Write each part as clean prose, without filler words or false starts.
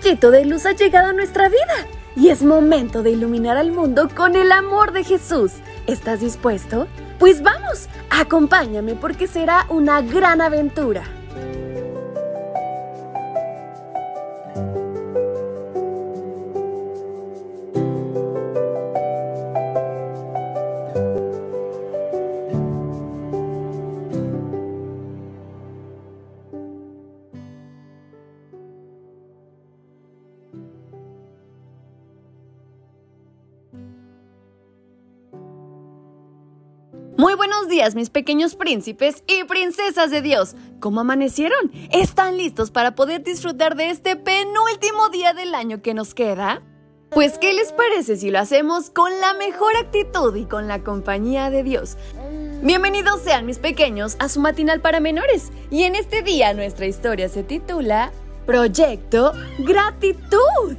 rayito de luz ha llegado a nuestra vida y es momento de iluminar al mundo con el amor de Jesús. ¿Estás dispuesto? Pues vamos, acompáñame porque será una gran aventura. Muy buenos días, mis pequeños príncipes y princesas de Dios. ¿Cómo amanecieron? ¿Están listos para poder disfrutar de este penúltimo día del año que nos queda? Pues, ¿qué les parece si lo hacemos con la mejor actitud y con la compañía de Dios? Bienvenidos sean, mis pequeños, a su matinal para menores. Y en este día nuestra historia se titula Proyecto Gratitud.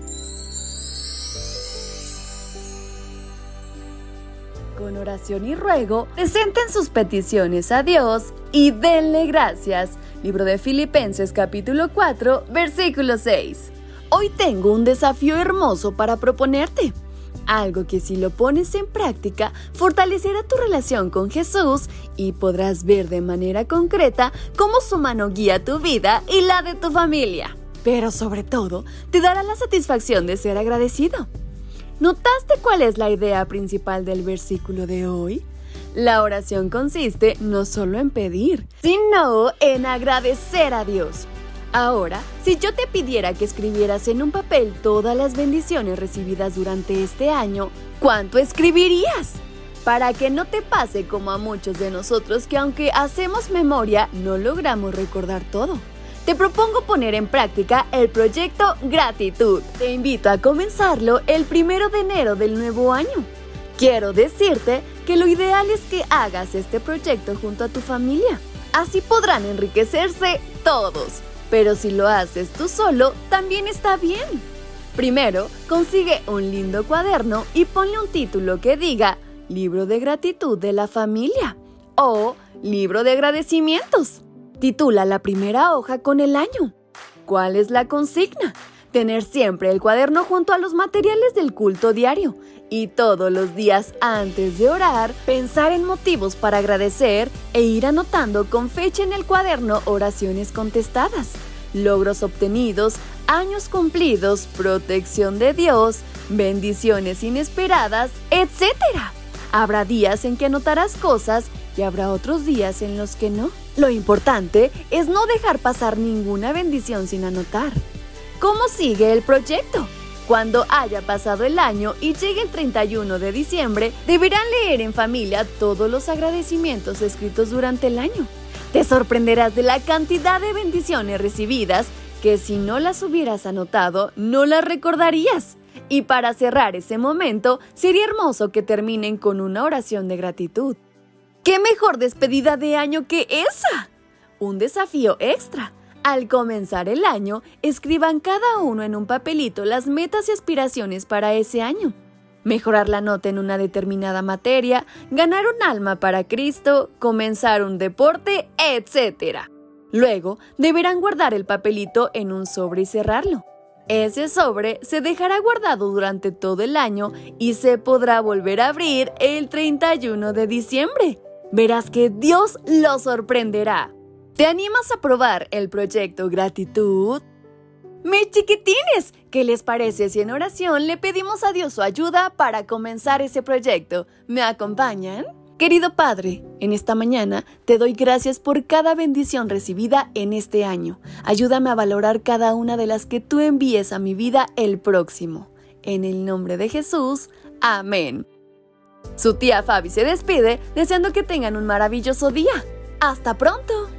Con oración y ruego, presenten sus peticiones a Dios y denle gracias. Libro de Filipenses capítulo 4, versículo 6. Hoy tengo un desafío hermoso para proponerte. Algo que si lo pones en práctica, fortalecerá tu relación con Jesús y podrás ver de manera concreta cómo su mano guía tu vida y la de tu familia. Pero sobre todo, te dará la satisfacción de ser agradecido. ¿Notaste cuál es la idea principal del versículo de hoy? La oración consiste no solo en pedir, sino en agradecer a Dios. Ahora, si yo te pidiera que escribieras en un papel todas las bendiciones recibidas durante este año, ¿cuánto escribirías? Para que no te pase como a muchos de nosotros que aunque hacemos memoria, no logramos recordar todo. Te propongo poner en práctica el proyecto Gratitud. Te invito a comenzarlo el 1 de enero del nuevo año. Quiero decirte que lo ideal es que hagas este proyecto junto a tu familia. Así podrán enriquecerse todos. Pero si lo haces tú solo, también está bien. Primero, consigue un lindo cuaderno y ponle un título que diga Libro de Gratitud de la Familia o Libro de Agradecimientos. Titula la primera hoja con el año. ¿Cuál es la consigna? Tener siempre el cuaderno junto a los materiales del culto diario y todos los días antes de orar, pensar en motivos para agradecer e ir anotando con fecha en el cuaderno oraciones contestadas, logros obtenidos, años cumplidos, protección de Dios, bendiciones inesperadas, etc. Habrá días en que anotarás cosas y habrá otros días en los que no. Lo importante es no dejar pasar ninguna bendición sin anotar. ¿Cómo sigue el proyecto? Cuando haya pasado el año y llegue el 31 de diciembre, deberán leer en familia todos los agradecimientos escritos durante el año. Te sorprenderás de la cantidad de bendiciones recibidas que si no las hubieras anotado, no las recordarías. Y para cerrar ese momento, sería hermoso que terminen con una oración de gratitud. ¿Qué mejor despedida de año que esa? Un desafío extra. Al comenzar el año, escriban cada uno en un papelito las metas y aspiraciones para ese año. Mejorar la nota en una determinada materia, ganar un alma para Cristo, comenzar un deporte, etc. Luego, deberán guardar el papelito en un sobre y cerrarlo. Ese sobre se dejará guardado durante todo el año y se podrá volver a abrir el 31 de diciembre. Verás que Dios lo sorprenderá. ¿Te animas a probar el proyecto Gratitud? Mis chiquitines, ¿qué les parece si en oración le pedimos a Dios su ayuda para comenzar ese proyecto? ¿Me acompañan? Querido Padre, en esta mañana te doy gracias por cada bendición recibida en este año. Ayúdame a valorar cada una de las que tú envíes a mi vida el próximo. En el nombre de Jesús, amén. Su tía Fabi se despide deseando que tengan un maravilloso día. ¡Hasta pronto!